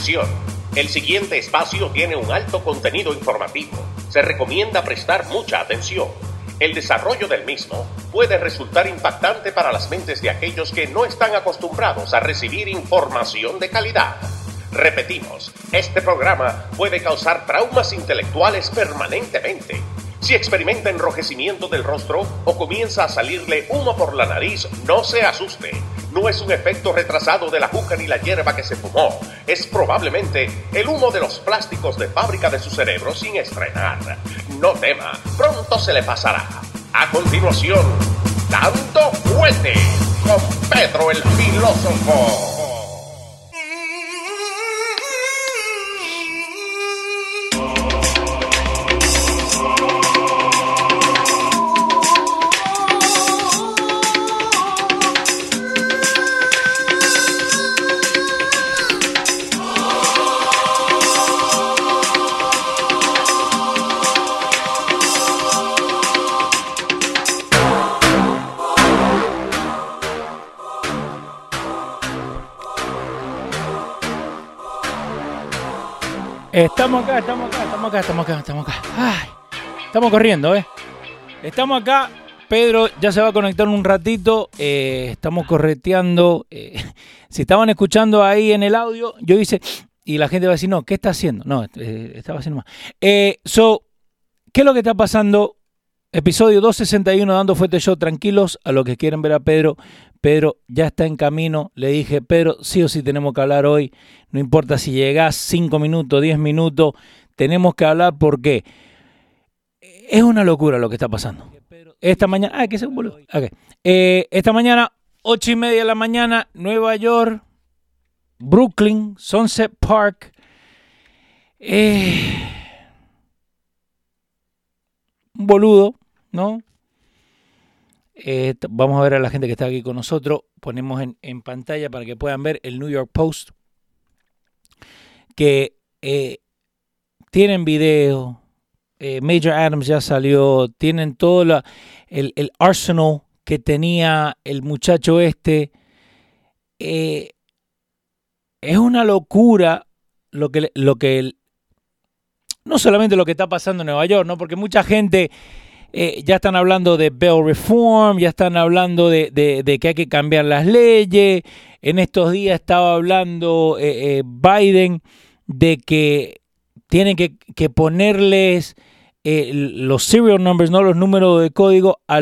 Atención, el siguiente espacio tiene un alto contenido informativo. Se recomienda prestar mucha atención. El desarrollo del mismo puede resultar impactante para las mentes de aquellos que no están acostumbrados a recibir información de calidad. Repetimos, este programa puede causar traumas intelectuales permanentemente. Si experimenta enrojecimiento del rostro o comienza a salirle humo por la nariz, no se asuste. No es un efecto retrasado de la juca ni la hierba que se fumó. Es probablemente el humo de los plásticos de fábrica de su cerebro sin estrenar. No tema, pronto se le pasará. A continuación, Dando Fuete con Pedro el Filósofo. Estamos acá. Ay, estamos corriendo, Estamos acá. Pedro ya se va a conectar un ratito. Estamos correteando. Si estaban escuchando ahí en el audio, yo hice... Y la gente va a decir, no, ¿qué está haciendo? No, estaba haciendo más. ¿Qué es lo que está pasando? Episodio 261, Dando Fuete Show. Tranquilos a los que quieren ver a Pedro. Pedro ya está en camino. Le dije, Pedro, sí o sí tenemos que hablar hoy. No importa si llegás 5 minutos, 10 minutos. Tenemos que hablar porque es una locura lo que está pasando. Esta mañana... que es un boludo. Okay. Esta mañana, 8:30 de la mañana, Nueva York, Brooklyn, Sunset Park. Un boludo, ¿no? Vamos a ver a la gente que está aquí con nosotros. Ponemos en pantalla para que puedan ver el New York Post. Que tienen video. Major Adams ya salió. Tienen todo el arsenal que tenía el muchacho este. Es una locura lo que no solamente lo que está pasando en Nueva York, ¿no? Porque mucha gente ya están hablando de bail reform, ya están hablando de que hay que cambiar las leyes. En estos días estaba hablando Biden de que tienen que ponerles los serial numbers, no los números de código a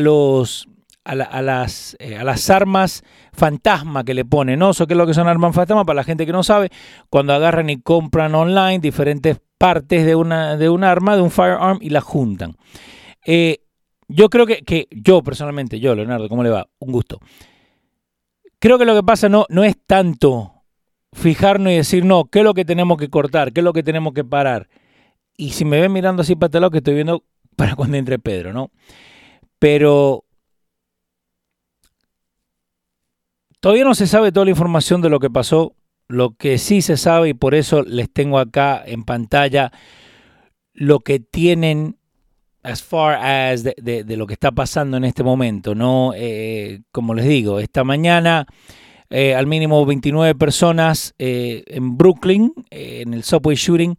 las armas fantasma que le ponen, ¿no? ¿Eso qué es lo que son armas fantasma? Para la gente que no sabe, cuando agarran y compran online diferentes partes de un arma, de un firearm, y la juntan. Yo creo que yo personalmente, Leonardo, ¿cómo le va? Un gusto. Creo que lo que pasa no es tanto fijarnos y decir, no, ¿qué es lo que tenemos que cortar? ¿Qué es lo que tenemos que parar? Y si me ven mirando así para este lado, que estoy viendo para cuando entre Pedro, ¿no? Pero todavía no se sabe toda la información de lo que pasó. Lo que sí se sabe, y por eso les tengo acá en pantalla lo que tienen as far as de lo que está pasando en este momento, ¿no? Como les digo, esta mañana al mínimo 29 personas en Brooklyn, en el subway shooting,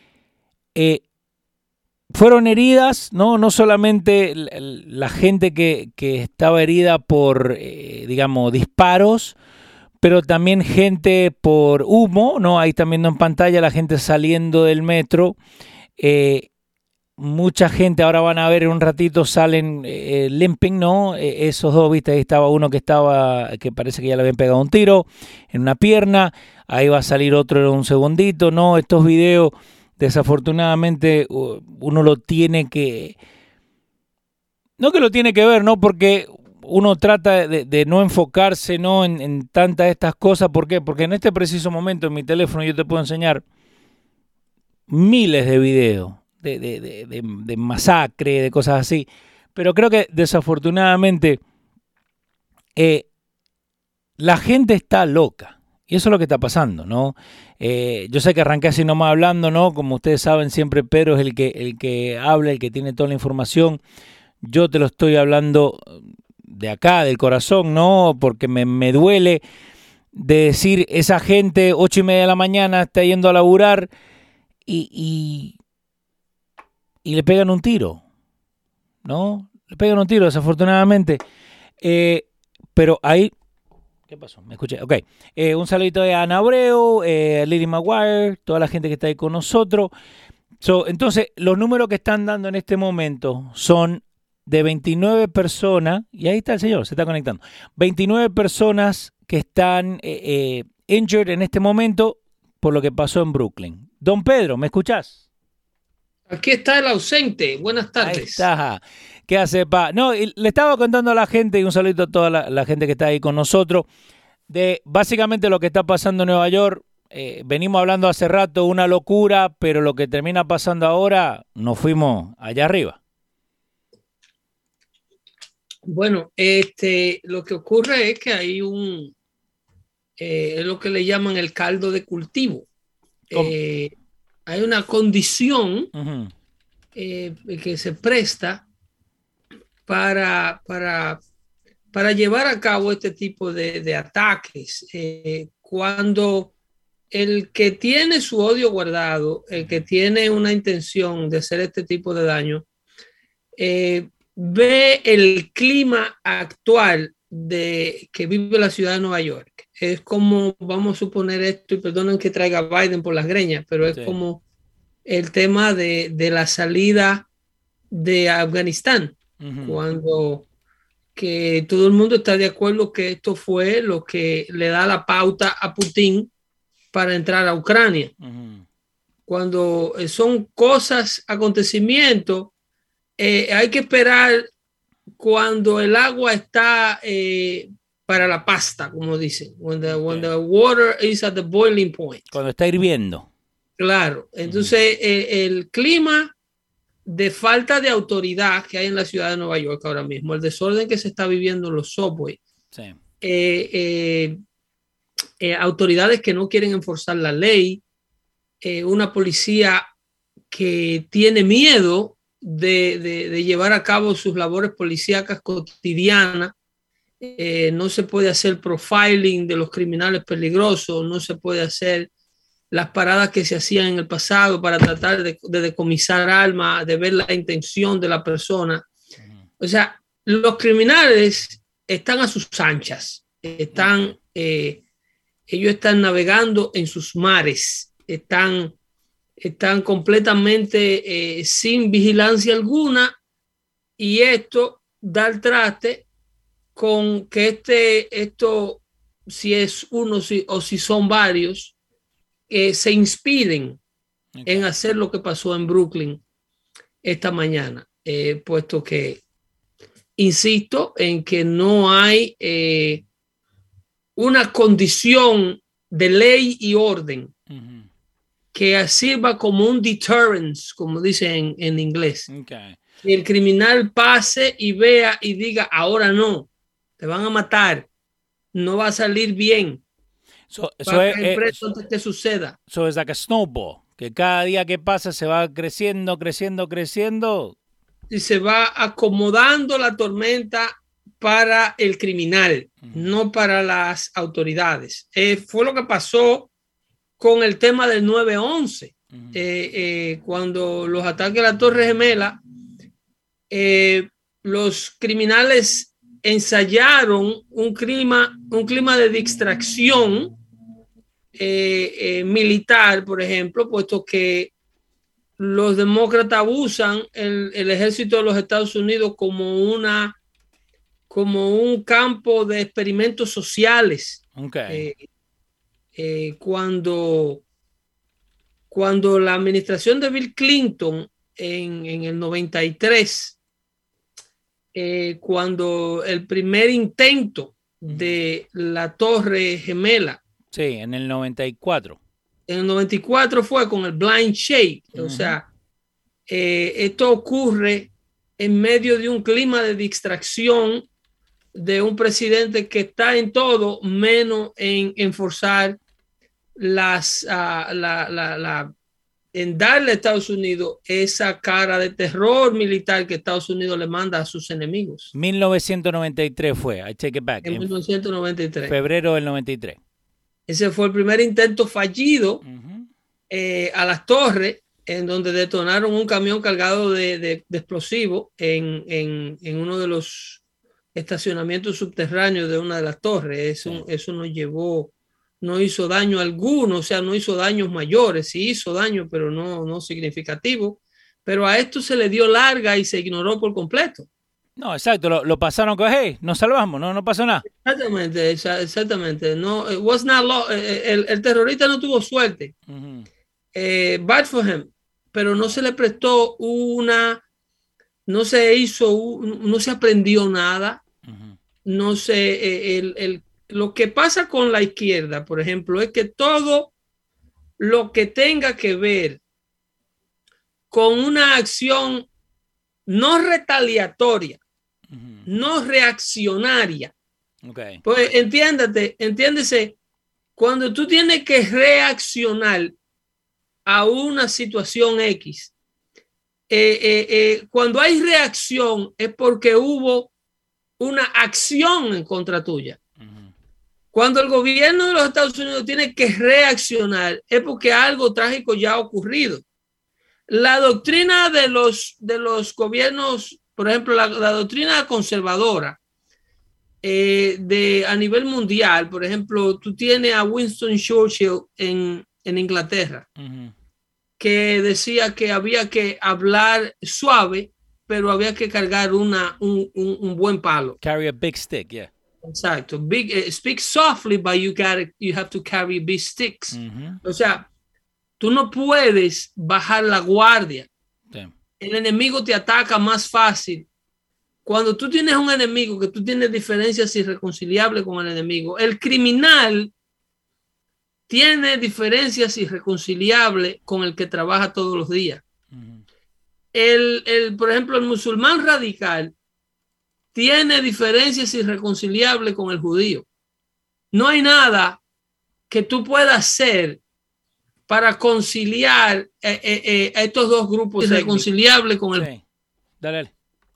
fueron heridas, no solamente la gente que estaba herida por, digamos, disparos, pero también gente por humo, ¿no? Ahí están viendo en pantalla la gente saliendo del metro. Mucha gente, ahora van a ver en un ratito, salen limping, ¿no? Esos dos, viste, ahí estaba uno que parece que ya le habían pegado un tiro en una pierna. Ahí va a salir otro en un segundito, ¿no? Estos videos, desafortunadamente, uno lo tiene que... No que lo tiene que ver, ¿no? Porque uno trata de no enfocarse, ¿no? en tantas de estas cosas. ¿Por qué? Porque en este preciso momento en mi teléfono yo te puedo enseñar miles de videos de masacre, de cosas así. Pero creo que desafortunadamente la gente está loca. Y eso es lo que está pasando, ¿no? Yo sé que arranqué así nomás hablando, ¿no? Como ustedes saben, siempre Pedro es el que habla, el que tiene toda la información. Yo te lo estoy hablando de acá, del corazón, ¿no? Porque me duele de decir, esa gente 8:30 de la mañana está yendo a laburar y le pegan un tiro, ¿no? Le pegan un tiro, desafortunadamente. Pero ahí... ¿Qué pasó? Me escuché. Ok. Un saludito de Ana Abreu, Lily Maguire, toda la gente que está ahí con nosotros. Entonces, los números que están dando en este momento son de 29 personas, y ahí está el señor, se está conectando. 29 personas que están injured en este momento por lo que pasó en Brooklyn. Don Pedro, ¿me escuchás? Aquí está el ausente. Buenas tardes. Ahí está. ¿Qué hace, pa? No, le estaba contando a la gente, y un saludito a toda la gente que está ahí con nosotros, de básicamente lo que está pasando en Nueva York. Venimos hablando hace rato, una locura, pero lo que termina pasando ahora, nos fuimos allá arriba. Bueno, lo que ocurre es que hay es lo que le llaman el caldo de cultivo. Hay una condición que se presta para llevar a cabo este tipo de ataques. Cuando el que tiene su odio guardado, el que tiene una intención de hacer este tipo de daño, ve el clima actual que vive la ciudad de Nueva York. Es como, vamos a suponer esto, y perdonen que traiga a Biden por las greñas, pero es como el tema de la salida de Afganistán, cuando que todo el mundo está de acuerdo que esto fue lo que le da la pauta a Putin para entrar a Ucrania. Cuando son cosas, acontecimientos, hay que esperar cuando el agua está para la pasta, como dicen, when the water is at the boiling point. Cuando está hirviendo. Claro, entonces el clima de falta de autoridad que hay en la ciudad de Nueva York ahora mismo, el desorden que se está viviendo en los subways, autoridades que no quieren enforzar la ley, una policía que tiene miedo de llevar a cabo sus labores policíacas cotidianas. No se puede hacer profiling de los criminales peligrosos, no se puede hacer las paradas que se hacían en el pasado para tratar de decomisar armas, de ver la intención de la persona. O sea, los criminales están a sus anchas, ellos están navegando en sus mares, están completamente sin vigilancia alguna, y esto da el traste con que esto, si es uno o si son varios, se inspiren en hacer lo que pasó en Brooklyn esta mañana, puesto que insisto en que no hay una condición de ley y orden que sirva como un deterrence, como dicen en inglés. Que el criminal pase y vea y diga, ahora no, te van a matar, no va a salir bien. Antes que suceda. Es like a snowball, que cada día que pasa se va creciendo y se va acomodando la tormenta para el criminal, no para las autoridades. Fue lo que pasó con el tema del 9/11, cuando los ataques a la Torre Gemela, los criminales ensayaron un clima de distracción militar, por ejemplo, puesto que los demócratas usan el ejército de los Estados Unidos como un campo de experimentos sociales. Cuando la administración de Bill Clinton en el 93, cuando el primer intento de la Torre Gemela. Sí, en el 94. En el 94 fue con el Blind Shake. O sea, esto ocurre en medio de un clima de distracción de un presidente que está en todo menos en enforzar en darle a Estados Unidos esa cara de terror militar que Estados Unidos le manda a sus enemigos. 1993 fue, I take it back. En 1993. Febrero del 93. Ese fue el primer intento fallido a las torres, en donde detonaron un camión cargado de explosivos en uno de los estacionamientos subterráneos de una de las torres. Eso no hizo daño alguno, o sea, no hizo daños mayores, sí hizo daño, pero no significativo. Pero a esto se le dio larga y se ignoró por completo. No, exacto, lo pasaron con, hey, nos salvamos, no pasó nada. Exactamente. No, it was not el terrorista no tuvo suerte. Bad for him, pero no se le prestó no se aprendió nada. No sé, lo que pasa con la izquierda, por ejemplo, es que todo lo que tenga que ver con una acción no retaliatoria, no reaccionaria. Okay. Pues entiéndese, cuando tú tienes que reaccionar a una situación X, cuando hay reacción es porque hubo una acción en contra tuya. Cuando el gobierno de los Estados Unidos tiene que reaccionar es porque algo trágico ya ha ocurrido. La doctrina de los gobiernos, por ejemplo, la doctrina conservadora a nivel mundial, por ejemplo, tú tienes a Winston Churchill en Inglaterra, que decía que había que hablar suave, pero había que cargar un buen palo. Carry a big stick, yeah. Exacto. Speak softly, but you have to carry big sticks. O sea, tú no puedes bajar la guardia. Sí. El enemigo te ataca más fácil. Cuando tú tienes un enemigo, que tú tienes diferencias irreconciliables con el enemigo, el criminal tiene diferencias irreconciliables con el que trabaja todos los días. Por ejemplo, el musulmán radical tiene diferencias irreconciliables con el judío. No hay nada que tú puedas hacer para conciliar a estos dos grupos irreconciliables con el... Sí. Dale.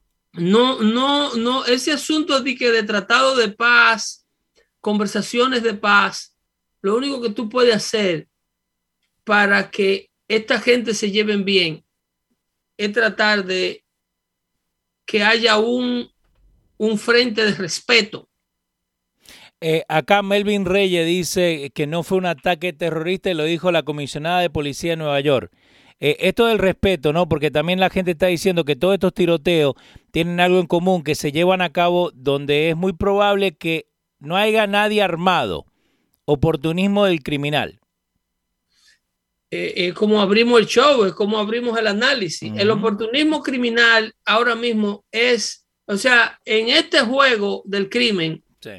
No, ese asunto de tratado de paz, conversaciones de paz, lo único que tú puedes hacer para que esta gente se lleven bien es tratar de que haya un frente de respeto. Acá Melvin Reyes dice que no fue un ataque terrorista y lo dijo la comisionada de policía de Nueva York. Esto del respeto, ¿no? Porque también la gente está diciendo que todos estos tiroteos tienen algo en común, que se llevan a cabo donde es muy probable que no haya nadie armado. Oportunismo del criminal. Como abrimos el show, es como abrimos el análisis. El oportunismo criminal ahora mismo es, o sea, en este juego del crimen, sí.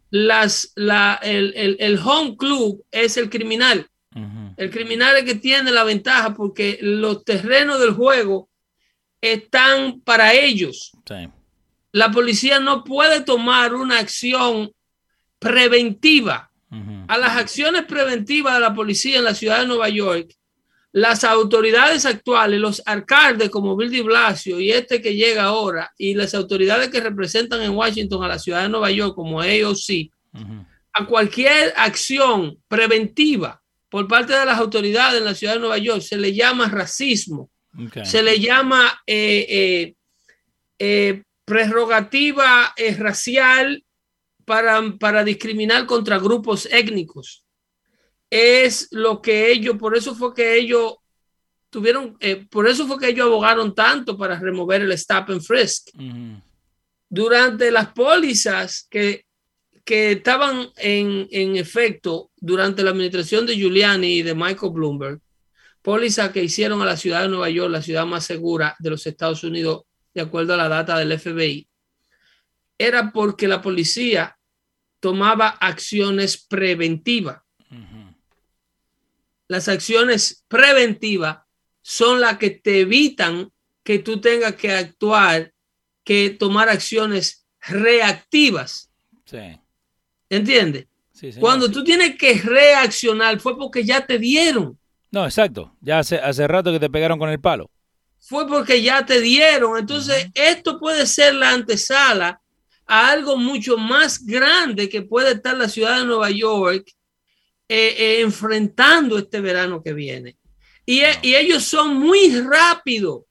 El home club es el criminal. El criminal es el que tiene la ventaja porque los terrenos del juego están para ellos. Sí. La policía no puede tomar una acción preventiva. A las acciones preventivas de la policía en la ciudad de Nueva York, las autoridades actuales, los alcaldes como Bill de Blasio y este que llega ahora, y las autoridades que representan en Washington a la ciudad de Nueva York como AOC, a cualquier acción preventiva por parte de las autoridades en la ciudad de Nueva York se le llama racismo, se le llama prerrogativa racial para discriminar contra grupos étnicos. Es lo que ellos, por eso fue que ellos abogaron tanto para remover el stop and frisk. Durante las pólizas que estaban en efecto durante la administración de Giuliani y de Michael Bloomberg, pólizas que hicieron a la ciudad de Nueva York la ciudad más segura de los Estados Unidos, de acuerdo a la data del FBI, era porque la policía tomaba acciones preventivas. Las acciones preventivas son las que te evitan que tú tengas que actuar, que tomar acciones reactivas. Sí. ¿Entiendes? Sí, cuando tú tienes que reaccionar fue porque ya te dieron. No, exacto. Ya hace rato que te pegaron con el palo. Fue porque ya te dieron. Entonces, esto puede ser la antesala a algo mucho más grande que puede estar la ciudad de Nueva York enfrentando este verano que viene. Y ellos son muy rápidos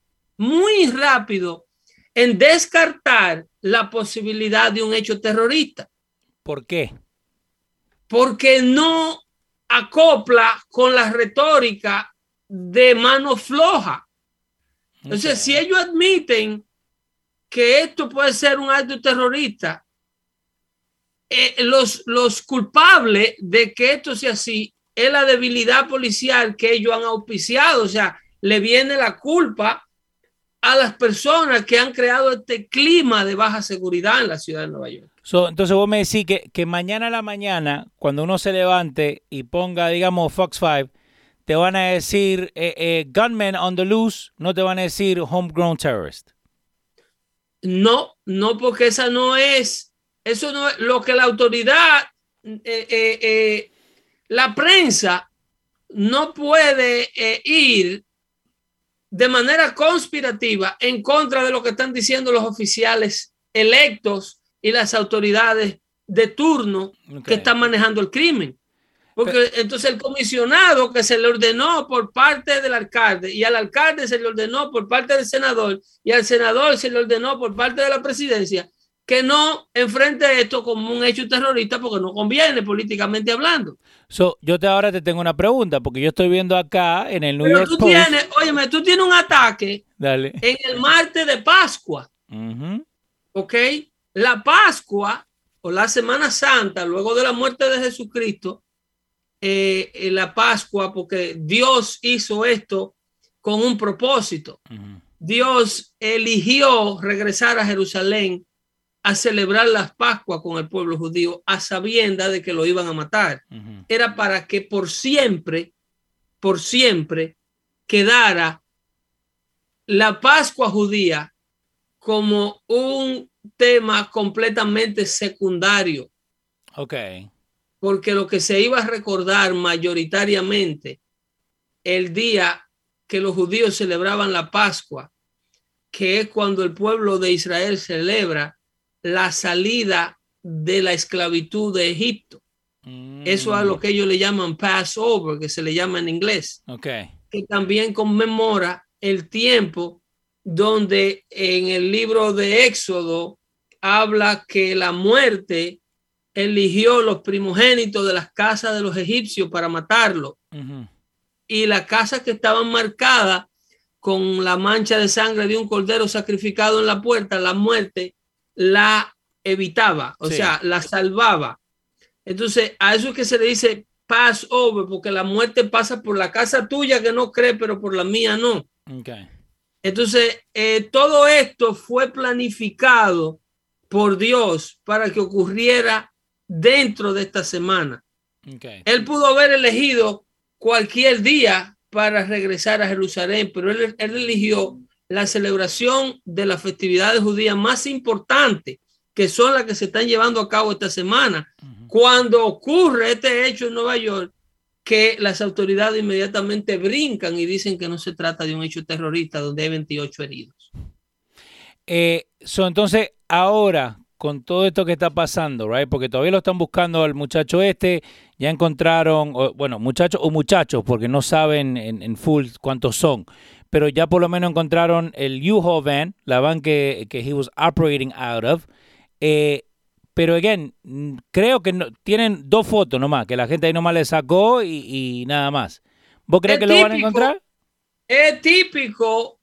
en descartar la posibilidad de un hecho terrorista. ¿Por qué? Porque no acopla con la retórica de mano floja. Entonces, si ellos admiten que esto puede ser un acto terrorista, los culpables de que esto sea así es la debilidad policial que ellos han auspiciado. O sea, le viene la culpa a las personas que han creado este clima de baja seguridad en la ciudad de Nueva York. Entonces vos me decís que mañana a la mañana, cuando uno se levante y ponga, digamos, Fox 5, te van a decir gunmen on the loose, no te van a decir homegrown terrorist. No, porque eso no es lo que la autoridad, la prensa no puede ir de manera conspirativa en contra de lo que están diciendo los oficiales electos y las autoridades de turno que están manejando el crimen. Porque entonces el comisionado que se le ordenó por parte del alcalde y al alcalde se le ordenó por parte del senador y al senador se le ordenó por parte de la presidencia que no enfrente esto como un hecho terrorista porque no conviene políticamente hablando. Yo ahora te tengo una pregunta porque yo estoy viendo acá en el New York Post. Tú tienes un ataque Dale. En el martes de Pascua. ¿Ok? La Pascua o la Semana Santa, luego de la muerte de Jesucristo, la Pascua, porque Dios hizo esto con un propósito. Dios eligió regresar a Jerusalén a celebrar las Pascuas con el pueblo judío a sabiendas de que lo iban a matar. Era para que por siempre quedara la Pascua judía como un tema completamente secundario. Okay. Porque lo que se iba a recordar mayoritariamente el día que los judíos celebraban la Pascua, que es cuando el pueblo de Israel celebra la salida de la esclavitud de Egipto. Eso es lo que ellos le llaman Passover, que se le llama en inglés. Okay. Que también conmemora el tiempo donde en el libro de Éxodo habla que la muerte eligió los primogénitos de las casas de los egipcios para matarlo. Y las casas que estaban marcadas con la mancha de sangre de un cordero sacrificado en la puerta, la muerte la evitaba, o sea, la salvaba. Entonces, a eso es que se le dice Passover, porque la muerte pasa por la casa tuya que no cree, pero por la mía no. Okay. Entonces, todo esto fue planificado por Dios para que ocurriera dentro de esta semana. Okay. Él pudo haber elegido cualquier día para regresar a Jerusalén, pero él eligió la celebración de las festividades judías más importantes, que son las que se están llevando a cabo esta semana. Cuando ocurre este hecho en Nueva York, que las autoridades inmediatamente brincan y dicen que no se trata de un hecho terrorista donde hay 28 heridos. Entonces, ahora, con todo esto que está pasando, right? Porque todavía lo están buscando al muchacho ya encontraron, muchachos, porque no saben en full cuántos son, pero ya por lo menos encontraron el U-Haul van, la van que he was operating out of. Pero, again, creo que tienen 2 fotos nomás, que la gente ahí nomás le sacó y nada más. ¿Vos crees que lo van a encontrar? Es típico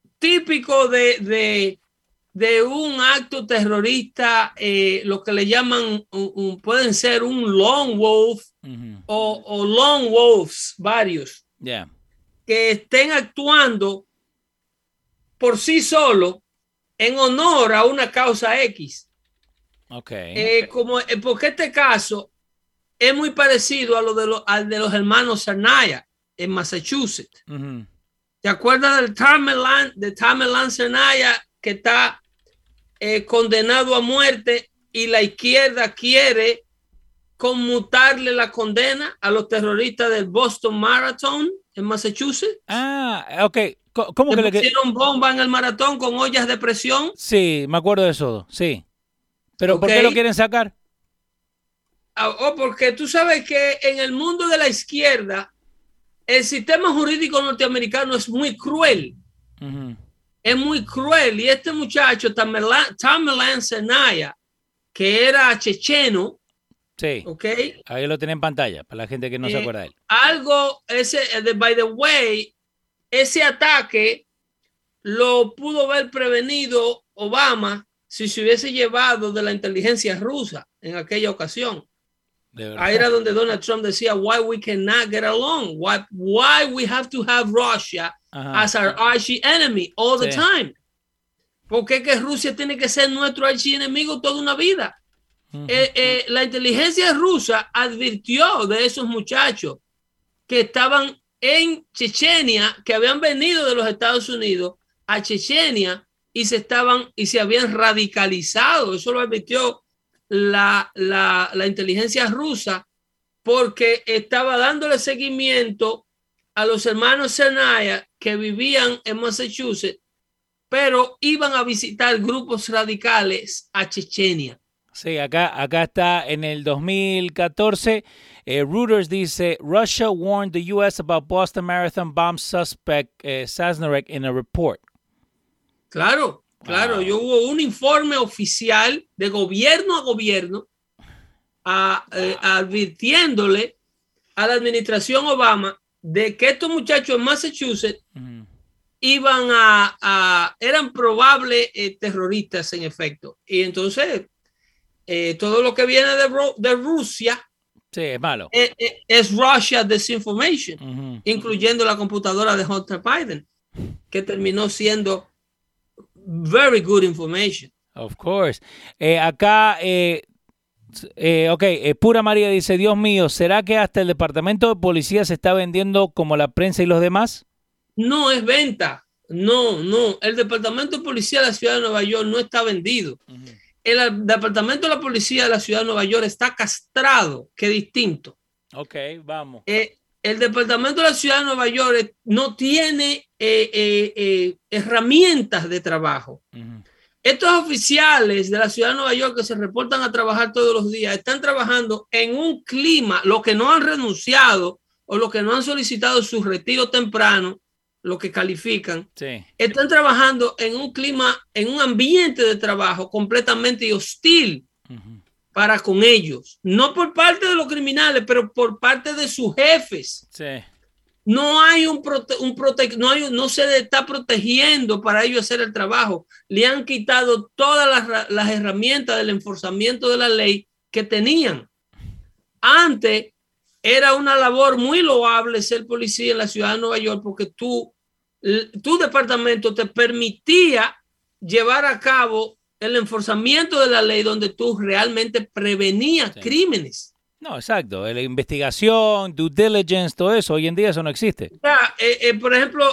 de un acto terrorista, lo que le llaman, pueden ser un lone wolf o lone wolves, varios, que estén actuando por sí solos en honor a una causa X. Porque este caso es muy parecido al de los hermanos Tsarnaev en Massachusetts. ¿Te acuerdas del Tamerlan Tsarnaev que está condenado a muerte y la izquierda quiere conmutarle la condena a los terroristas del Boston Marathon en Massachusetts? Ok. ¿Cómo que le pusieron bomba en el maratón con ollas de presión? Sí, me acuerdo de eso, sí. ¿Pero por qué lo quieren sacar? porque tú sabes que en el mundo de la izquierda, el sistema jurídico norteamericano es muy cruel. Uh-huh. Es muy cruel. Y este muchacho, Tamerlan Tsarnaev, que era checheno. Sí. Okay. Ahí lo tiene en pantalla, para la gente que no se acuerda de él. By the way, ese ataque lo pudo haber prevenido Obama si se hubiese llevado de la inteligencia rusa en aquella ocasión. Ahí era donde Donald Trump decía, why we cannot get along, why we have to have Russia as our arch enemy all the time. ¿Por qué que Rusia tiene que ser nuestro archienemigo toda una vida? La inteligencia rusa advirtió de esos muchachos que estaban en Chechenia, que habían venido de los Estados Unidos a Chechenia y se habían radicalizado. Eso lo advirtió la inteligencia rusa, porque estaba dándole seguimiento a los hermanos Tsarnaev que vivían en Massachusetts, pero iban a visitar grupos radicales a Chechenia. Sí, acá está en el 2014. Reuters dice, Russia warned the U.S. about Boston Marathon bomb suspect Sasnarek in a report. Claro. Hubo un informe oficial de gobierno a gobierno advirtiéndole a la administración Obama de que estos muchachos en Massachusetts eran probables terroristas en efecto. Y entonces todo lo que viene de Rusia, sí, es malo. Es Russia disinformation, incluyendo la computadora de Hunter Biden, que terminó siendo very good information. Of course. Acá, Pura María dice, Dios mío, ¿será que hasta el departamento de policía se está vendiendo como la prensa y los demás? No es venta. No. El departamento de policía de la ciudad de Nueva York no está vendido. El departamento de la policía de la ciudad de Nueva York está castrado, que distinto. Ok, vamos. El departamento de la ciudad de Nueva York no tiene herramientas de trabajo. Estos oficiales de la ciudad de Nueva York que se reportan a trabajar todos los días están trabajando en un clima, los que no han renunciado o los que no han solicitado su retiro temprano, lo que califican, están trabajando en un clima, en un ambiente de trabajo completamente hostil para con ellos. No por parte de los criminales, pero por parte de sus jefes. Sí. No hay no se está protegiendo para ellos hacer el trabajo. Le han quitado todas las herramientas del enforzamiento de la ley que tenían. Antes era una labor muy loable ser policía en la ciudad de Nueva York, porque tu departamento te permitía llevar a cabo el enforzamiento de la ley, donde tú realmente prevenías crímenes. No, exacto. La investigación, due diligence, todo eso, hoy en día eso no existe. Por ejemplo,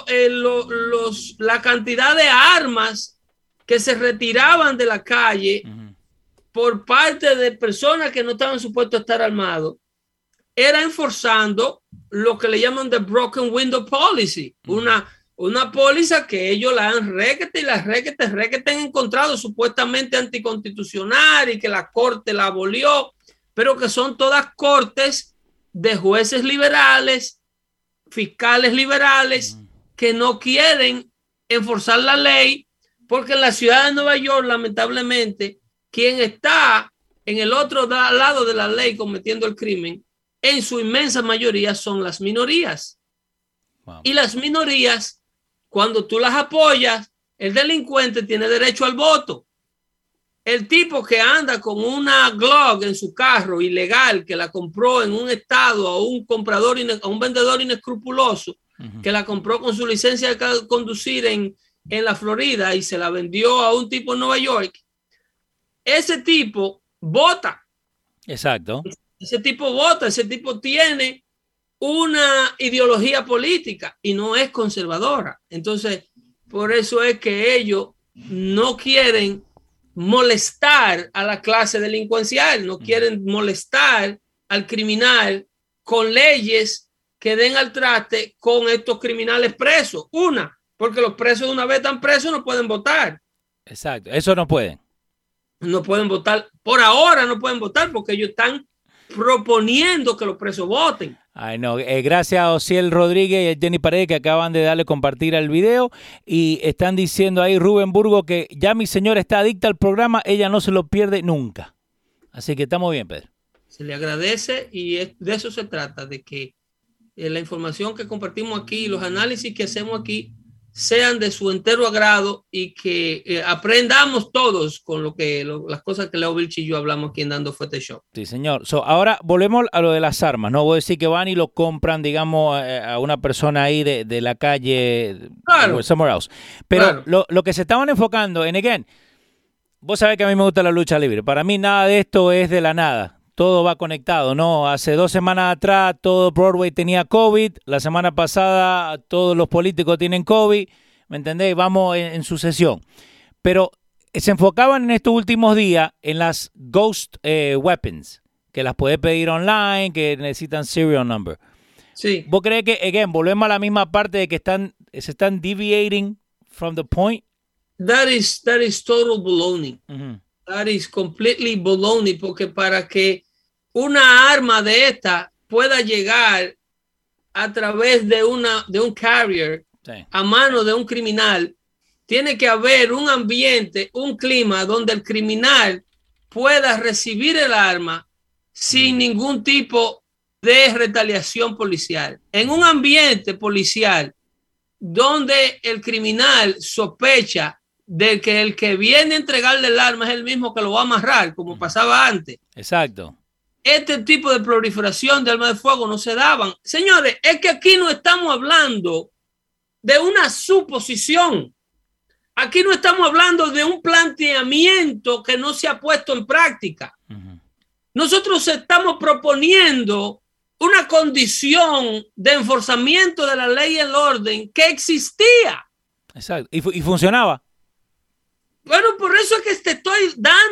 la cantidad de armas que se retiraban de la calle por parte de personas que no estaban supuestos a estar armados, era enforzando lo que le llaman the broken window policy, una póliza que ellos la han requete han encontrado supuestamente anticonstitucional y que la corte la abolió, pero que son todas cortes de jueces liberales, fiscales liberales, que no quieren enforzar la ley, porque en la ciudad de Nueva York, lamentablemente, quien está en el otro lado de la ley cometiendo el crimen, en su inmensa mayoría son las minorías. Wow. Y las minorías, cuando tú las apoyas, el delincuente tiene derecho al voto. El tipo que anda con una Glock en su carro ilegal, que la compró en un estado a un comprador, a un vendedor inescrupuloso, que la compró con su licencia de conducir en la Florida y se la vendió a un tipo en Nueva York, ese tipo vota. Exacto. Ese tipo vota, ese tipo tiene una ideología política y no es conservadora. Entonces, por eso es que ellos no quieren molestar a la clase delincuencial, no quieren molestar al criminal con leyes que den al traste con estos criminales presos. Porque los presos, una vez están presos, no pueden votar. Exacto, eso no pueden. No pueden votar. Por ahora no pueden votar porque ellos están proponiendo que los presos voten. Ay, no. Gracias a Ociel Rodríguez y a Jenny Paredes que acaban de darle compartir el video y están diciendo ahí Rubén Burgo que ya mi señora está adicta al programa, ella no se lo pierde nunca. Así que estamos bien, Pedro. Se le agradece y de eso se trata, de que la información que compartimos aquí, los análisis que hacemos aquí sean de su entero agrado y que aprendamos todos con las cosas que Leo Vilch y yo hablamos aquí en Dando Fuerte Show. Sí, señor. Ahora volvemos a lo de las armas. No voy a decir que van y lo compran, digamos, a una persona ahí de la calle, claro, somewhere else. Pero claro, lo que se estaban enfocando en, again, vos sabés que a mí me gusta la lucha libre. Para mí nada de esto es de la nada. Todo va conectado, ¿no? Hace 2 semanas atrás todo Broadway tenía COVID. La semana pasada todos los políticos tienen COVID. ¿Me entendéis? Vamos en sucesión. Pero se enfocaban en estos últimos días en las ghost weapons, que las puedes pedir online, que necesitan serial number. Sí. ¿Vos crees que, again, volvemos a la misma parte de que se están deviating from the point? That is total baloney. Uh-huh. That is completely baloney, porque para que una arma de esta pueda llegar a través de un carrier, sí, a mano de un criminal, tiene que haber un ambiente, un clima donde el criminal pueda recibir el arma sin ningún tipo de retaliación policial. En un ambiente policial donde el criminal sospecha de que el que viene a entregarle el arma es el mismo que lo va a amarrar, como pasaba antes. Exacto. Este tipo de proliferación de armas de fuego no se daban. Señores, es que aquí no estamos hablando de una suposición. Aquí no estamos hablando de un planteamiento que no se ha puesto en práctica. Uh-huh. Nosotros estamos proponiendo una condición de enforzamiento de la ley y el orden que existía. Exacto. Y funcionaba. Bueno, por eso es que te estoy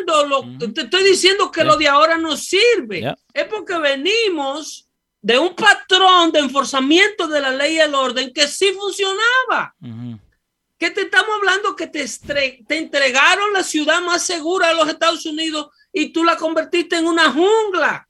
te estoy diciendo que lo de ahora no sirve. Es porque venimos de un patrón de enforzamiento de la ley y el orden que sí funcionaba. Uh-huh. Que te estamos hablando que te entregaron la ciudad más segura de los Estados Unidos y tú la convertiste en una jungla.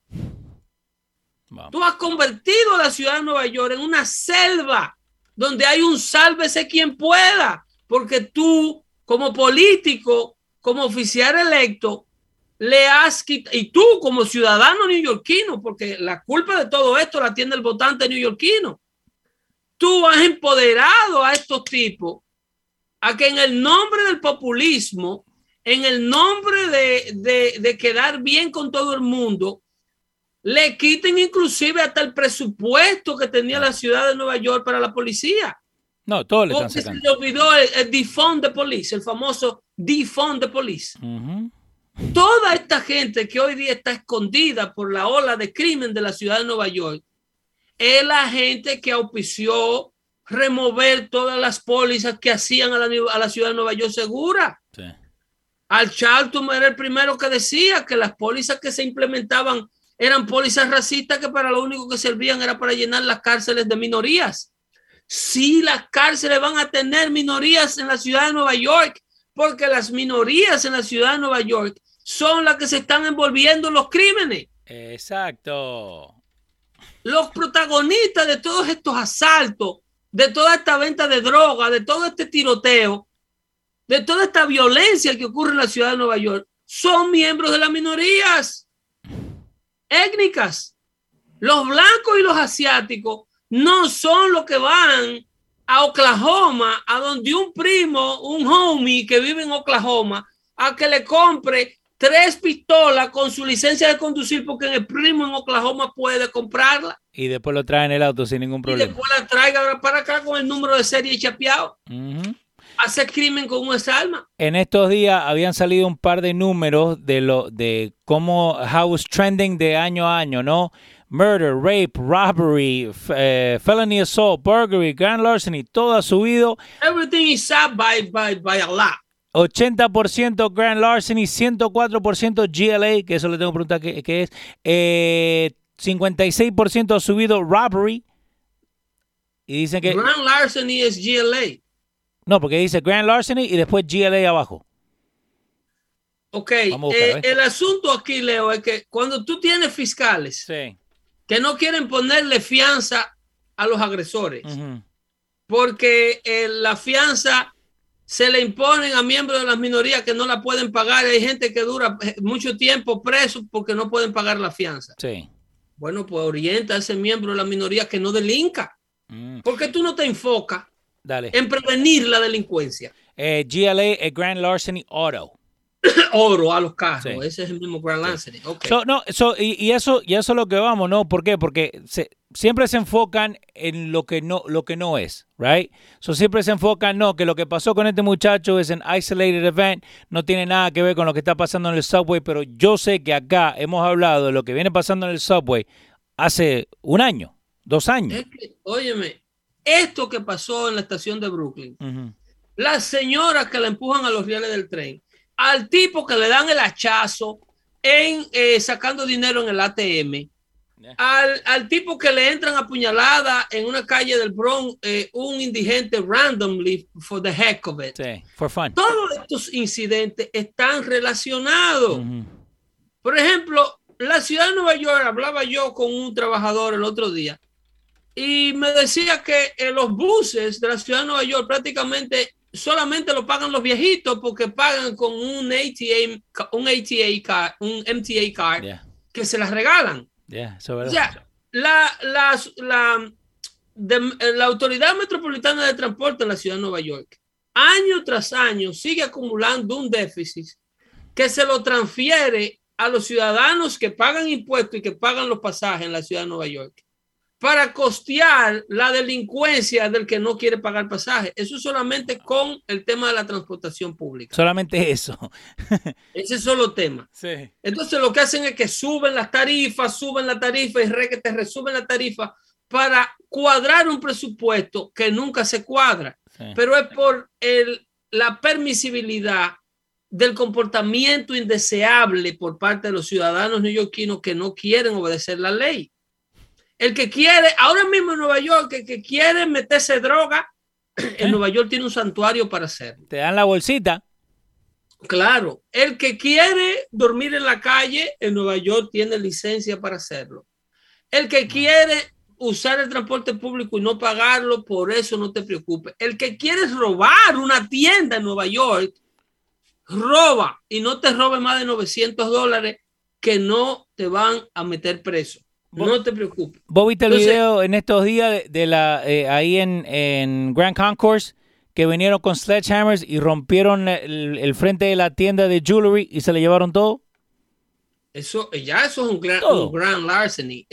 Wow. Tú has convertido la ciudad de Nueva York en una selva donde hay un sálvese quien pueda, porque tú, como político, como oficial electo, le has quitado, y tú como ciudadano neoyorquino, porque la culpa de todo esto la tiene el votante neoyorquino, tú has empoderado a estos tipos a que en el nombre del populismo, en el nombre de quedar bien con todo el mundo, le quiten inclusive hasta el presupuesto que tenía la ciudad de Nueva York para la policía. No, todo le están sacando. Se le olvidó el defund the police, el famoso defund the police. Uh-huh. Toda esta gente que hoy día está escondida por la ola de crimen de la ciudad de Nueva York es la gente que auspició remover todas las pólizas que hacían a la ciudad de Nueva York segura. Sí. Al Charlton era el primero que decía que las pólizas que se implementaban eran pólizas racistas que para lo único que servían era para llenar las cárceles de minorías. Sí, las cárceles van a tener minorías en la ciudad de Nueva York, porque las minorías en la ciudad de Nueva York son las que se están envolviendo en los crímenes. Exacto. Los protagonistas de todos estos asaltos, de toda esta venta de droga, de todo este tiroteo, de toda esta violencia que ocurre en la ciudad de Nueva York, son miembros de las minorías étnicas. Los blancos y los asiáticos no son los que van a Oklahoma, a donde un primo, un homie que vive en Oklahoma, a que le compre 3 pistolas con su licencia de conducir porque el primo en Oklahoma puede comprarla. Y después lo trae en el auto sin ningún problema. Y después la traiga para acá con el número de serie chapeado. Uh-huh. Hace crimen con esa arma. En estos días habían salido un par de números de cómo how was trending de año a año, ¿no? Murder, rape, robbery, felony assault, burglary, grand larceny, todo ha subido. Everything is up by a lot. 80% grand larceny, 104% GLA, que eso le tengo que preguntar qué es. 56% ha subido robbery. Y dicen que grand larceny es GLA. No, porque dice grand larceny y después GLA abajo. Ok, el asunto aquí, Leo, es que cuando tú tienes fiscales que no quieren ponerle fianza a los agresores, porque la fianza se le imponen a miembros de las minorías que no la pueden pagar. Hay gente que dura mucho tiempo preso porque no pueden pagar la fianza. Sí. Bueno, pues orienta a ese miembro de la minoría que no delinca. ¿Por qué tú no te enfocas en prevenir la delincuencia? GLA es Grand Larceny Auto. Oro a los carros, sí. Ese es el mismo Grand Larceny. Okay. Y eso es lo que vamos, ¿no? ¿Por qué? Porque siempre se enfocan en lo que no es, right? Siempre se enfocan, no, que lo que pasó con este muchacho es un isolated event, no tiene nada que ver con lo que está pasando en el subway, pero yo sé que acá hemos hablado de lo que viene pasando en el subway hace 1 año, 2 años. Es que, óyeme, esto que pasó en la estación de Brooklyn, las señoras que la empujan a los rieles del tren, al tipo que le dan el hachazo sacando dinero en el ATM, al tipo que le entran a puñalada en una calle del Bronx, un indigente randomly for the heck of it. Sí, for fun. Todos estos incidentes están relacionados. Por ejemplo, la ciudad de Nueva York, hablaba yo con un trabajador el otro día y me decía que los buses de la ciudad de Nueva York prácticamente solamente lo pagan los viejitos porque pagan con un MTA card que se las regalan. O sea, la Autoridad Metropolitana de Transporte en la ciudad de Nueva York, año tras año, sigue acumulando un déficit que se lo transfiere a los ciudadanos que pagan impuestos y que pagan los pasajes en la ciudad de Nueva York para costear la delincuencia del que no quiere pagar pasaje. Eso solamente con el tema de la transportación pública. Solamente eso. Ese solo tema. Sí. Entonces lo que hacen es que suben la tarifa y resuben la tarifa para cuadrar un presupuesto que nunca se cuadra. Sí. Pero es por la permisibilidad del comportamiento indeseable por parte de los ciudadanos neoyorquinos que no quieren obedecer la ley. El que quiere, ahora mismo en Nueva York, el que quiere meterse droga, en Nueva York tiene un santuario para hacerlo. Te dan la bolsita. Claro, el que quiere dormir en la calle, en Nueva York tiene licencia para hacerlo. El que quiere usar el transporte público y no pagarlo, por eso no te preocupes. El que quiere robar una tienda en Nueva York, roba y no te robe más de $900 que no te van a meter preso. No te preocupes. ¿Vos viste el video en estos días de ahí en Grand Concourse que vinieron con sledgehammers y rompieron el frente de la tienda de jewelry y se le llevaron todo? Eso es un grand larceny.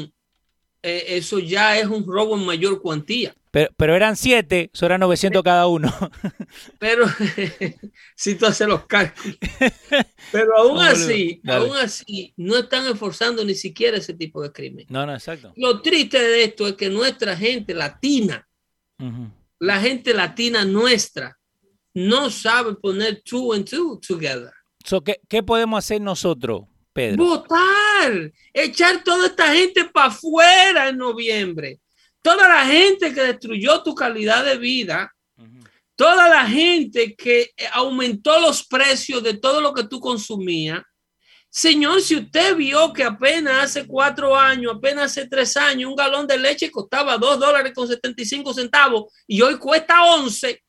Eso ya es un robo en mayor cuantía. Pero eran 7, eso eran 900 cada uno. Pero si tú haces los cálculos. Pero aún así, no están enforzando ni siquiera ese tipo de crimen. No, exacto. Lo triste de esto es que nuestra gente latina, la gente latina nuestra, no sabe poner 2 and 2 together. ¿Qué podemos hacer nosotros, Pedro? Votar, echar toda esta gente para afuera en noviembre. Toda la gente que destruyó tu calidad de vida, toda la gente que aumentó los precios de todo lo que tú consumías. Señor, si usted vio que apenas hace 4 años, apenas hace 3 años, un galón de leche costaba $2.75 y hoy cuesta 11.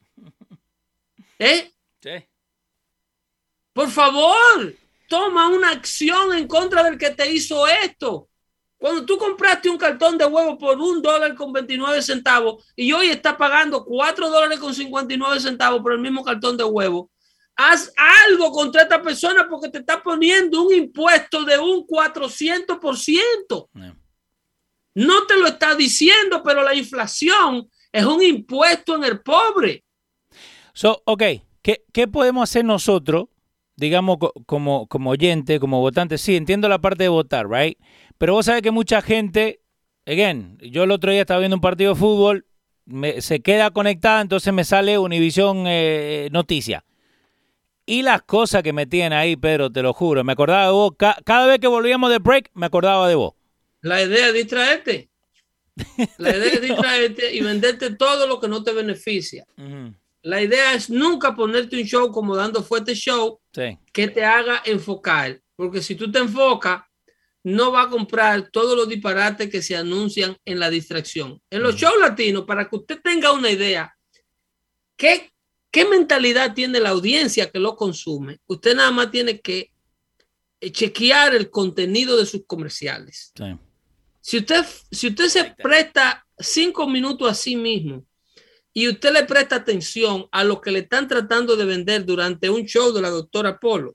Sí. Por favor, toma una acción en contra del que te hizo esto. Cuando tú compraste un cartón de huevo por $1.29 y hoy está pagando $4.59 por el mismo cartón de huevo, haz algo contra esta persona porque te está poniendo un impuesto de un 400%. No te lo está diciendo, pero la inflación es un impuesto en el pobre. ¿Qué podemos hacer nosotros, digamos, como oyente, como votante? Sí, entiendo la parte de votar, right? Pero vos sabés que mucha gente, yo el otro día estaba viendo un partido de fútbol, se queda conectada, entonces me sale Univisión Noticias. Y las cosas que metían ahí, Pedro, te lo juro, me acordaba de vos. Cada vez que volvíamos de break, me acordaba de vos. La idea es distraerte. La idea es distraerte y venderte todo lo que no te beneficia. La idea es nunca ponerte un show como Dando Fuerte Show que te haga enfocar. Porque si tú te enfocas, no va a comprar todos los disparates que se anuncian en la distracción. En los shows latinos, para que usted tenga una idea, ¿qué mentalidad tiene la audiencia que lo consume? Usted nada más tiene que chequear el contenido de sus comerciales. Sí. Si usted se presta 5 minutos a sí mismo y usted le presta atención a lo que le están tratando de vender durante un show de la doctora Polo,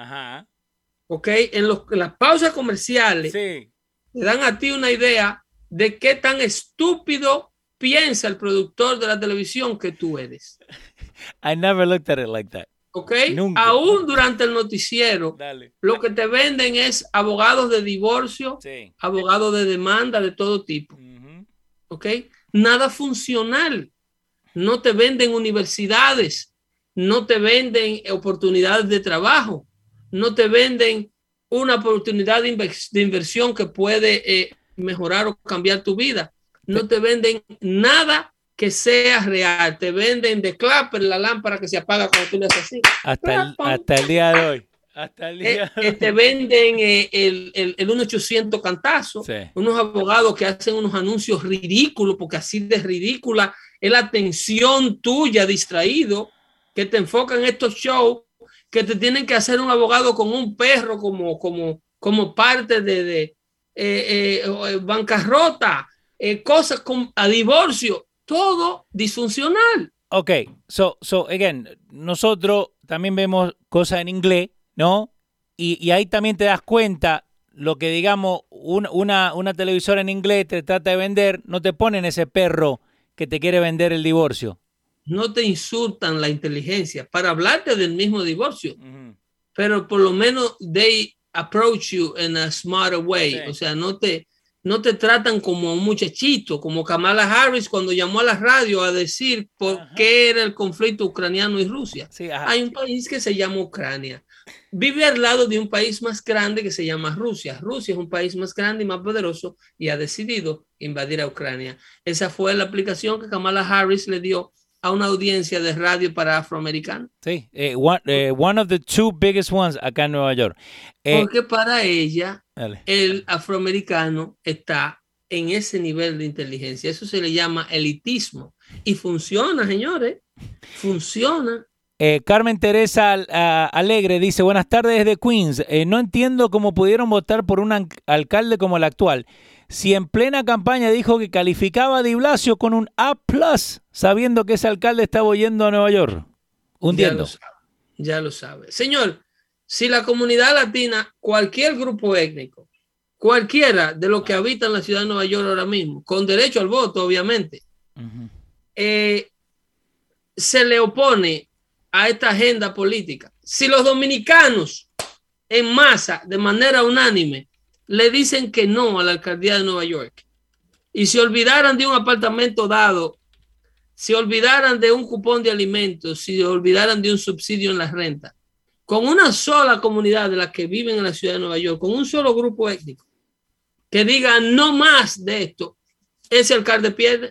¿ok? En las pausas comerciales te dan a ti una idea de qué tan estúpido piensa el productor de la televisión que tú eres. I never looked at it like that. ¿Ok? Nunca. Aún durante el noticiero, lo que te venden es abogados de divorcio, abogados de demanda de todo tipo. ¿Ok? Nada funcional. No te venden universidades, no te venden oportunidades de trabajo, no te venden una oportunidad de inversión que puede mejorar o cambiar tu vida. No te venden nada que sea real. Te venden de clapper la lámpara que se apaga cuando tú le haces así. Hasta el día de hoy. Te venden el 1-800 cantazo. Unos abogados que hacen unos anuncios ridículos, porque así de ridícula es la atención tuya, distraído, que te enfocan en estos shows, que te tienen que hacer un abogado con un perro como parte de bancarrota, cosas a divorcio. Todo disfuncional. Ok, so again, nosotros también vemos cosas en inglés, ¿no? Y ahí también te das cuenta lo que, digamos, una televisora en inglés te trata de vender, no te ponen ese perro que te quiere vender el divorcio. No te insultan la inteligencia para hablarte del mismo divorcio, pero por lo menos they approach you in a smarter way, o sea, no te tratan como un muchachito, como Kamala Harris cuando llamó a la radio a decir por qué era el conflicto ucraniano y Rusia. Hay un país que se llama Ucrania. Vive al lado de un país más grande que se llama Rusia. Rusia es un país más grande y más poderoso y ha decidido invadir a Ucrania. Esa fue la aplicación que Kamala Harris le dio a una audiencia de radio para afroamericanos. Sí, one of the two biggest ones acá en Nueva York. Porque para ella, el afroamericano está en ese nivel de inteligencia. Eso se le llama elitismo. Y funciona, señores. Funciona. Carmen Teresa Alegre dice, buenas tardes desde Queens. No entiendo cómo pudieron votar por un alcalde como el actual. Si en plena campaña dijo que calificaba a Di Blasio con un A+, sabiendo que ese alcalde estaba yendo a Nueva York, hundiendo. Ya lo sabe. Señor, si la comunidad latina, cualquier grupo étnico, cualquiera de los que habitan la ciudad de Nueva York ahora mismo, con derecho al voto, obviamente, se le opone a esta agenda política. Si los dominicanos en masa, de manera unánime, le dicen que no a la alcaldía de Nueva York y se olvidaran de un apartamento dado, se olvidaran de un cupón de alimentos, se olvidaran de un subsidio en la renta, con una sola comunidad de las que viven en la ciudad de Nueva York, con un solo grupo étnico, que diga no más de esto, ese alcalde pierde.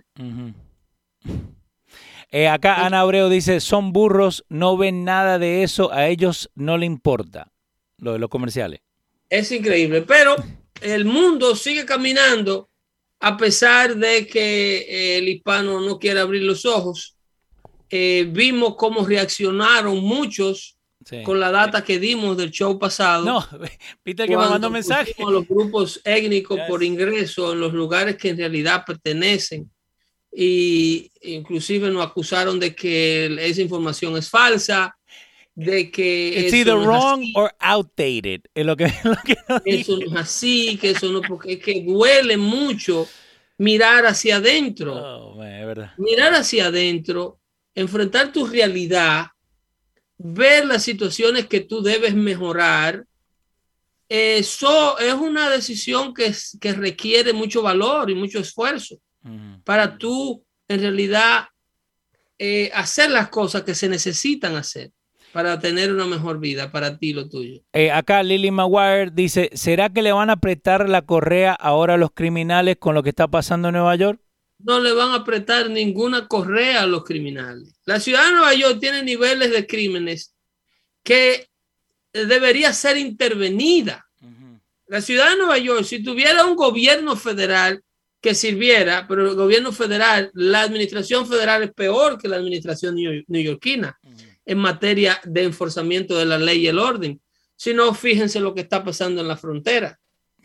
Acá Ana Abreu dice, son burros, no ven nada de eso, a ellos no le importa lo de los comerciales. Es increíble, pero el mundo sigue caminando a pesar de que el hispano no quiere abrir los ojos. Vimos cómo reaccionaron muchos con la data que dimos del show pasado. No, Peter que me mandó mensaje. Los grupos étnicos por ingreso en los lugares que en realidad pertenecen. Y inclusive nos acusaron de que esa información es falsa, de que it's either wrong or outdated. Es lo que eso no es así, que eso no, porque es que duele mucho mirar hacia adentro. Oh, man, es verdad. Mirar hacia adentro, enfrentar tu realidad, ver las situaciones que tú debes mejorar. Eso es una decisión que requiere mucho valor y mucho esfuerzo para tú en realidad hacer las cosas que se necesitan hacer para tener una mejor vida para ti y lo tuyo. Acá Lily Maguire dice, ¿será que le van a apretar la correa ahora a los criminales con lo que está pasando en Nueva York? no le van a apretar ninguna correa a los criminales. La ciudad de Nueva York tiene niveles de crímenes que debería ser intervenida. La ciudad de Nueva York, si tuviera un gobierno federal que sirviera, pero el gobierno federal, la administración federal es peor que la administración neoyorquina en materia de enforzamiento de la ley y el orden. Si no, fíjense lo que está pasando en la frontera.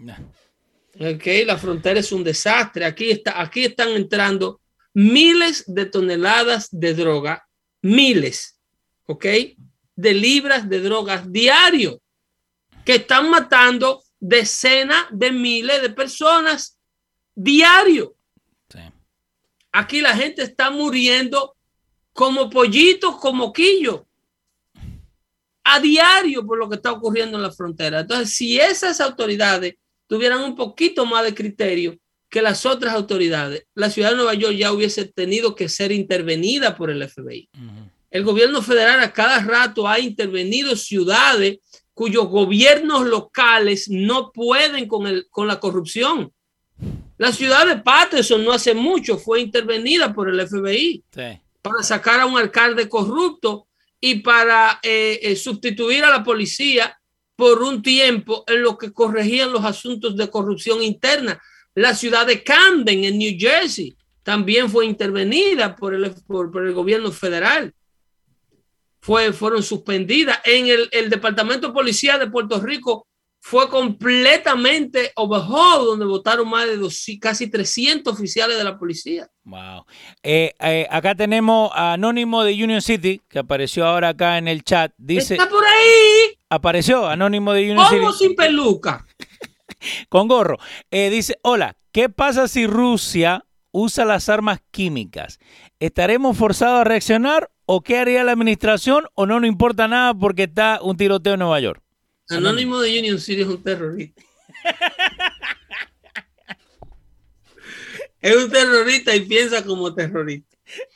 Okay, la frontera es un desastre. Aquí están entrando miles de toneladas de droga, miles, ¿ok? De libras de drogas diario, que están matando decenas de miles de personas diario. Sí. Aquí la gente está muriendo como pollitos, como quillos, a diario por lo que está ocurriendo en la frontera. Entonces, si esas autoridades tuvieran un poquito más de criterio que las otras autoridades, la ciudad de Nueva York ya hubiese tenido que ser intervenida por el FBI. El gobierno federal a cada rato ha intervenido ciudades cuyos gobiernos locales no pueden con la corrupción. La ciudad de Paterson no hace mucho fue intervenida por el FBI para sacar a un alcalde corrupto y para sustituir a la policía por un tiempo en lo que corregían los asuntos de corrupción interna. La ciudad de Camden, en New Jersey, también fue intervenida por el gobierno federal. Fueron suspendidas. En el Departamento de Policía de Puerto Rico fue completamente overhauled, donde votaron más de casi 300 oficiales de la policía. Wow. Acá tenemos a Anónimo de Union City, que apareció ahora acá en el chat. Dice, ¿está por ahí? Apareció Anónimo de Union City. ¿Cómo sin peluca? Con gorro. Dice, hola, ¿qué pasa si Rusia usa las armas químicas? ¿Estaremos forzados a reaccionar o qué haría la administración o no importa nada porque está un tiroteo en Nueva York? Anónimo de Union City es un terrorista. Es un terrorista y piensa como terrorista.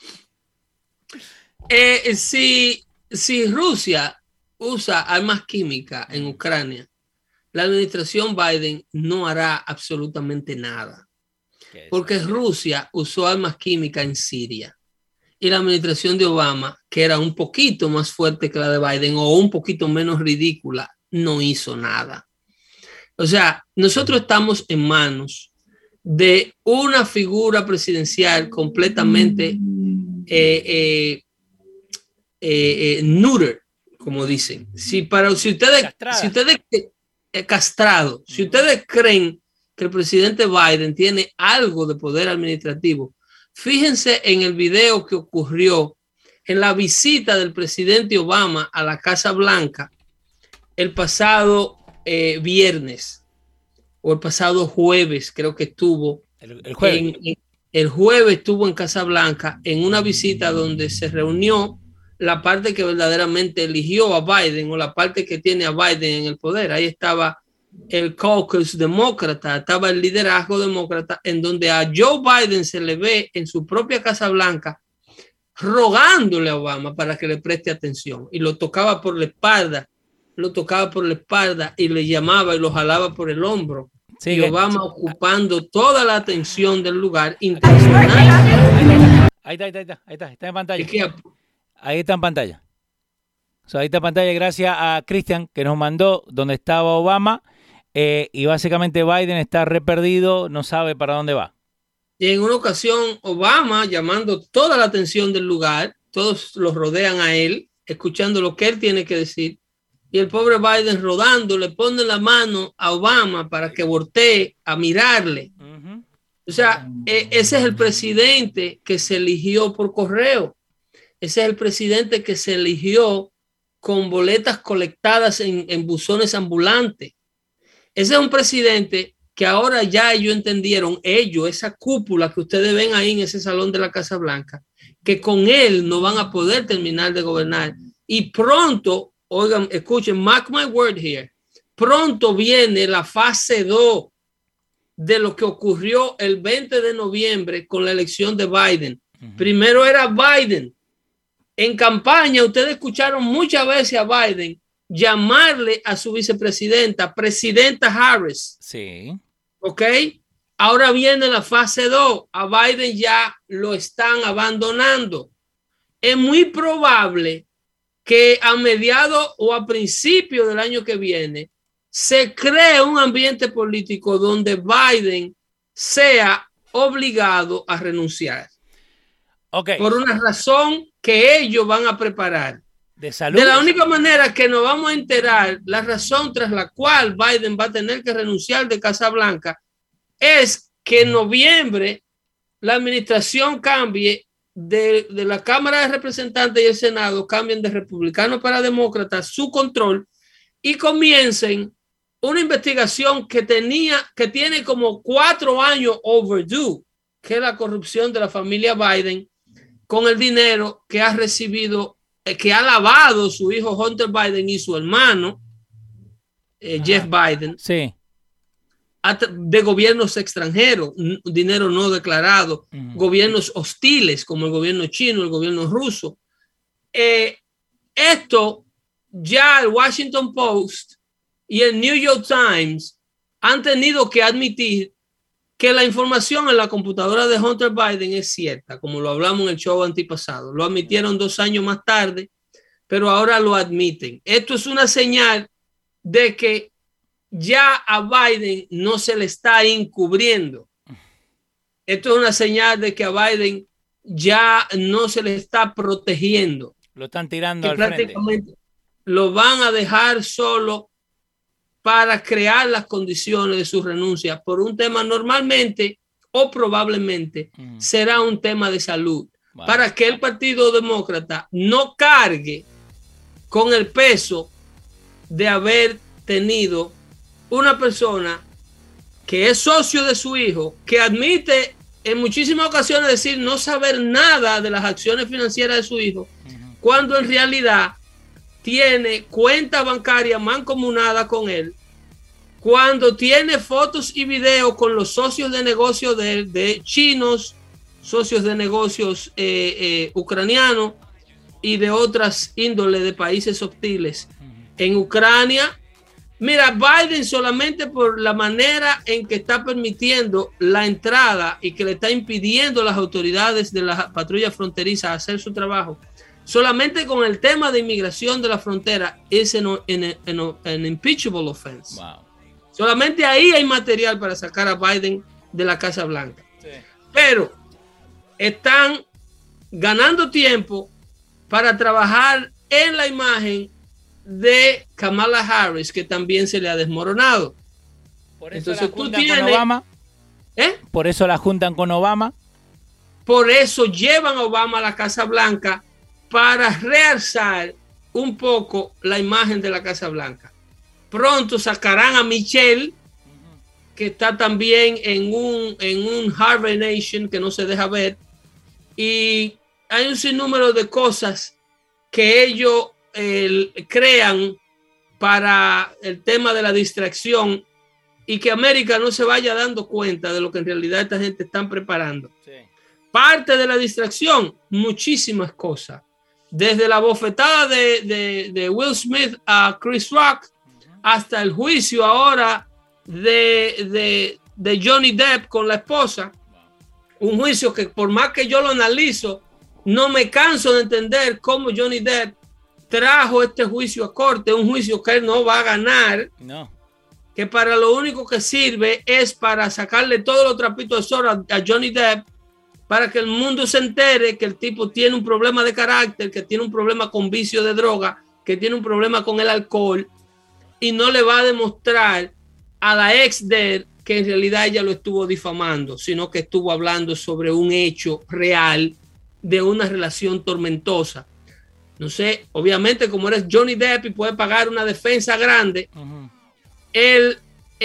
Si Rusia usa armas químicas en Ucrania, la administración Biden no hará absolutamente nada. Porque Rusia usó armas químicas en Siria. Y la administración de Obama, que era un poquito más fuerte que la de Biden o un poquito menos ridícula, no hizo nada. O sea, nosotros estamos en manos de una figura presidencial completamente neuter, como dicen. Si ustedes castrado, si ustedes creen que el presidente Biden tiene algo de poder administrativo, fíjense en el video que ocurrió en la visita del presidente Obama a la Casa Blanca el pasado viernes o el pasado jueves, creo que estuvo. El jueves. El jueves estuvo en Casa Blanca en una visita donde se reunió la parte que verdaderamente eligió a Biden o la parte que tiene a Biden en el poder. Ahí estaba el caucus demócrata, estaba el liderazgo demócrata, en donde a Joe Biden se le ve en su propia Casa Blanca rogándole a Obama para que le preste atención y lo tocaba por la espalda y le llamaba y lo jalaba por el hombro. Sí, y Obama ocupando toda la atención del lugar intencional. Ahí está en pantalla. Ahí está en pantalla. O sea, ahí está en pantalla gracias a Cristian que nos mandó donde estaba Obama y básicamente Biden está re perdido, no sabe para dónde va. Y en una ocasión Obama llamando toda la atención del lugar, todos los rodean a él, escuchando lo que él tiene que decir. Y el pobre Biden rodando, le pone la mano a Obama para que voltee a mirarle. O sea, ese es el presidente que se eligió por correo. Ese es el presidente que se eligió con boletas colectadas en buzones ambulantes. Ese es un presidente que ahora ya ellos entendieron, esa cúpula que ustedes ven ahí en ese salón de la Casa Blanca, que con él no van a poder terminar de gobernar. Y pronto, oigan, escuchen, mark my word here, pronto viene la fase 2 de lo que ocurrió el 20 de noviembre con la elección de Biden. Primero era Biden. En campaña, ustedes escucharon muchas veces a Biden llamarle a su vicepresidenta, presidenta Harris. Sí. ¿Ok? Ahora viene la fase 2. A Biden ya lo están abandonando. Es muy probable que a mediados o a principios del año que viene se cree un ambiente político donde Biden sea obligado a renunciar. Okay. Por una razón que ellos van a preparar. De salud. De la única manera que nos vamos a enterar la razón tras la cual Biden va a tener que renunciar de Casa Blanca es que en noviembre la administración cambie de la Cámara de Representantes y el Senado, cambien de republicanos para demócratas su control y comiencen una investigación que tiene como 4 años overdue, que es la corrupción de la familia Biden con el dinero que ha recibido, que ha lavado su hijo Hunter Biden y su hermano Jeff Biden. Sí. De gobiernos extranjeros, dinero no declarado, gobiernos hostiles como el gobierno chino, el gobierno ruso. Esto ya el Washington Post y el New York Times han tenido que admitir que la información en la computadora de Hunter Biden es cierta, como lo hablamos en el show antipasado. Lo admitieron 2 años más tarde, pero ahora lo admiten. Esto es una señal de que ya a Biden no se le está encubriendo. Esto es una señal de que a Biden ya no se le está protegiendo. Lo están tirando al prácticamente frente. Lo van a dejar solo para crear las condiciones de su renuncia por un tema normalmente o probablemente será un tema de salud. Wow. Para que el Partido Demócrata no cargue con el peso de haber tenido una persona que es socio de su hijo, que admite en muchísimas ocasiones decir no saber nada de las acciones financieras de su hijo, cuando en realidad tiene cuenta bancaria mancomunada con él, cuando tiene fotos y videos con los socios de negocios de chinos, socios de negocios ucranianos y de otras índoles de países hostiles en Ucrania. Mira, Biden solamente por la manera en que está permitiendo la entrada y que le está impidiendo a las autoridades de la patrulla fronteriza hacer su trabajo, solamente con el tema de inmigración de la frontera es an impeachable offense. Wow. Solamente ahí hay material para sacar a Biden de la Casa Blanca. Sí. Pero están ganando tiempo para trabajar en la imagen de Kamala Harris, que también se le ha desmoronado. Por eso entonces tú tienes con Obama. Por eso la juntan con Obama. Por eso llevan a Obama a la Casa Blanca para realzar un poco la imagen de la Casa Blanca. Pronto sacarán a Michelle, que está también en un Harvard Nation que no se deja ver. Y hay un sinnúmero de cosas que ellos crean para el tema de la distracción y que América no se vaya dando cuenta de lo que en realidad esta gente están preparando. Sí. Parte de la distracción, muchísimas cosas. Desde la bofetada de Will Smith a Chris Rock, hasta el juicio ahora de Johnny Depp con la esposa. Un juicio que por más que yo lo analizo, no me canso de entender cómo Johnny Depp trajo este juicio a corte, un juicio que él no va a ganar, que para lo único que sirve es para sacarle todos los trapitos de sol a Johnny Depp, para que el mundo se entere que el tipo tiene un problema de carácter, que tiene un problema con vicio de droga, que tiene un problema con el alcohol, y no le va a demostrar a la ex de él que en realidad ella lo estuvo difamando, sino que estuvo hablando sobre un hecho real de una relación tormentosa. No sé, obviamente como eres Johnny Depp y puede pagar una defensa grande, él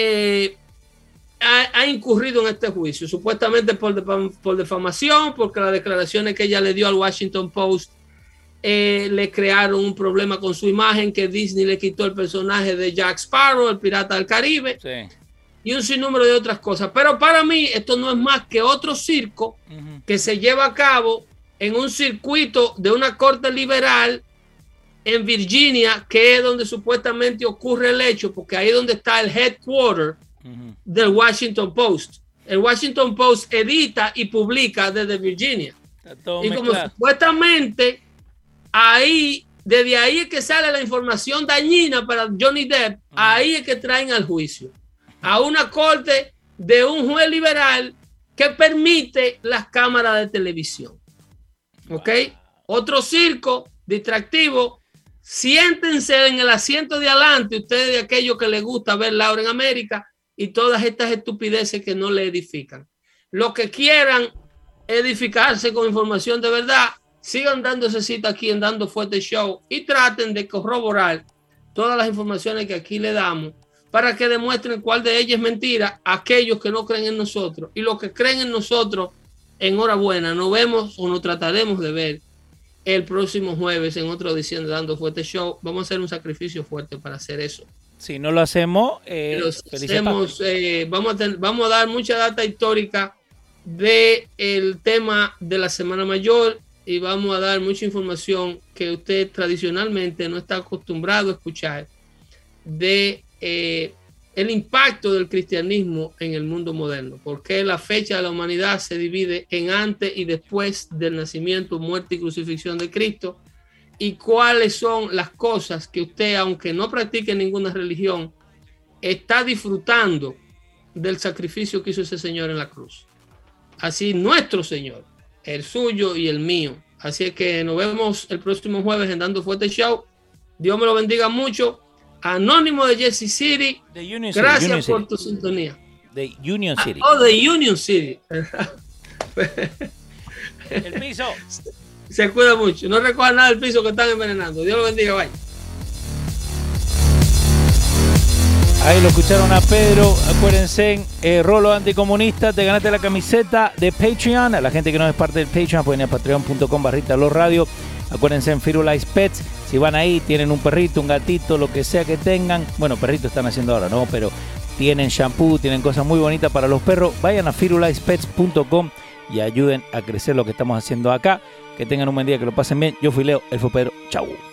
ha incurrido en este juicio, supuestamente por difamación, porque las declaraciones que ella le dio al Washington Post le crearon un problema con su imagen, que Disney le quitó el personaje de Jack Sparrow, el pirata del Caribe, y un sinnúmero de otras cosas. Pero para mí esto no es más que otro circo que se lleva a cabo en un circuito de una corte liberal en Virginia, que es donde supuestamente ocurre el hecho, porque ahí es donde está el headquarter del Washington Post. el Washington Post edita y publica desde Virginia. Y como supuestamente ahí, desde ahí es que sale la información dañina para Johnny Depp, ahí es que traen al juicio. A una corte de un juez liberal que permite las cámaras de televisión. ¿Ok? Otro circo distractivo. Siéntense en el asiento de adelante, ustedes de aquellos que les gusta ver Laura en América y todas estas estupideces que no le edifican. Los que quieran edificarse con información de verdad, sigan dándose cita aquí en Dando Fuerte Show y traten de corroborar todas las informaciones que aquí le damos para que demuestren cuál de ellas es mentira a aquellos que no creen en nosotros. Y los que creen en nosotros, enhorabuena, nos vemos o nos trataremos de ver el próximo jueves en otra edición de Dando Fuerte Show. Vamos a hacer un sacrificio fuerte para hacer eso. Si no lo hacemos, vamos a dar mucha data histórica del tema de la Semana Mayor y vamos a dar mucha información que usted tradicionalmente no está acostumbrado a escuchar de el impacto del cristianismo en el mundo moderno, porque la fecha de la humanidad se divide en antes y después del nacimiento, muerte y crucifixión de Cristo, y cuáles son las cosas que usted, aunque no practique ninguna religión, está disfrutando del sacrificio que hizo ese Señor en la cruz. Así nuestro Señor, el suyo y el mío. Así es que nos vemos el próximo jueves en Dando Fuerte Show. Dios me lo bendiga mucho. Anónimo de Jersey City, gracias por tu sintonía. De Union City. De Union City. El piso. Se cuida mucho. No recojan nada del piso que están envenenando. Dios lo bendiga. Bye. Ahí lo escucharon a Pedro. Acuérdense, Rolo Anticomunista, te ganaste la camiseta de Patreon. A la gente que no es parte del Patreon, pueden ir a patreon.com/LosRadio. Acuérdense en Firulais Pets. Si van ahí, tienen un perrito, un gatito, lo que sea que tengan. Bueno, perritos están haciendo ahora, ¿no? Pero tienen shampoo, tienen cosas muy bonitas para los perros. Vayan a firulaispets.com y ayuden a crecer lo que estamos haciendo acá. Que tengan un buen día, que lo pasen bien. Yo fui Leo, él fue Pedro. Chau.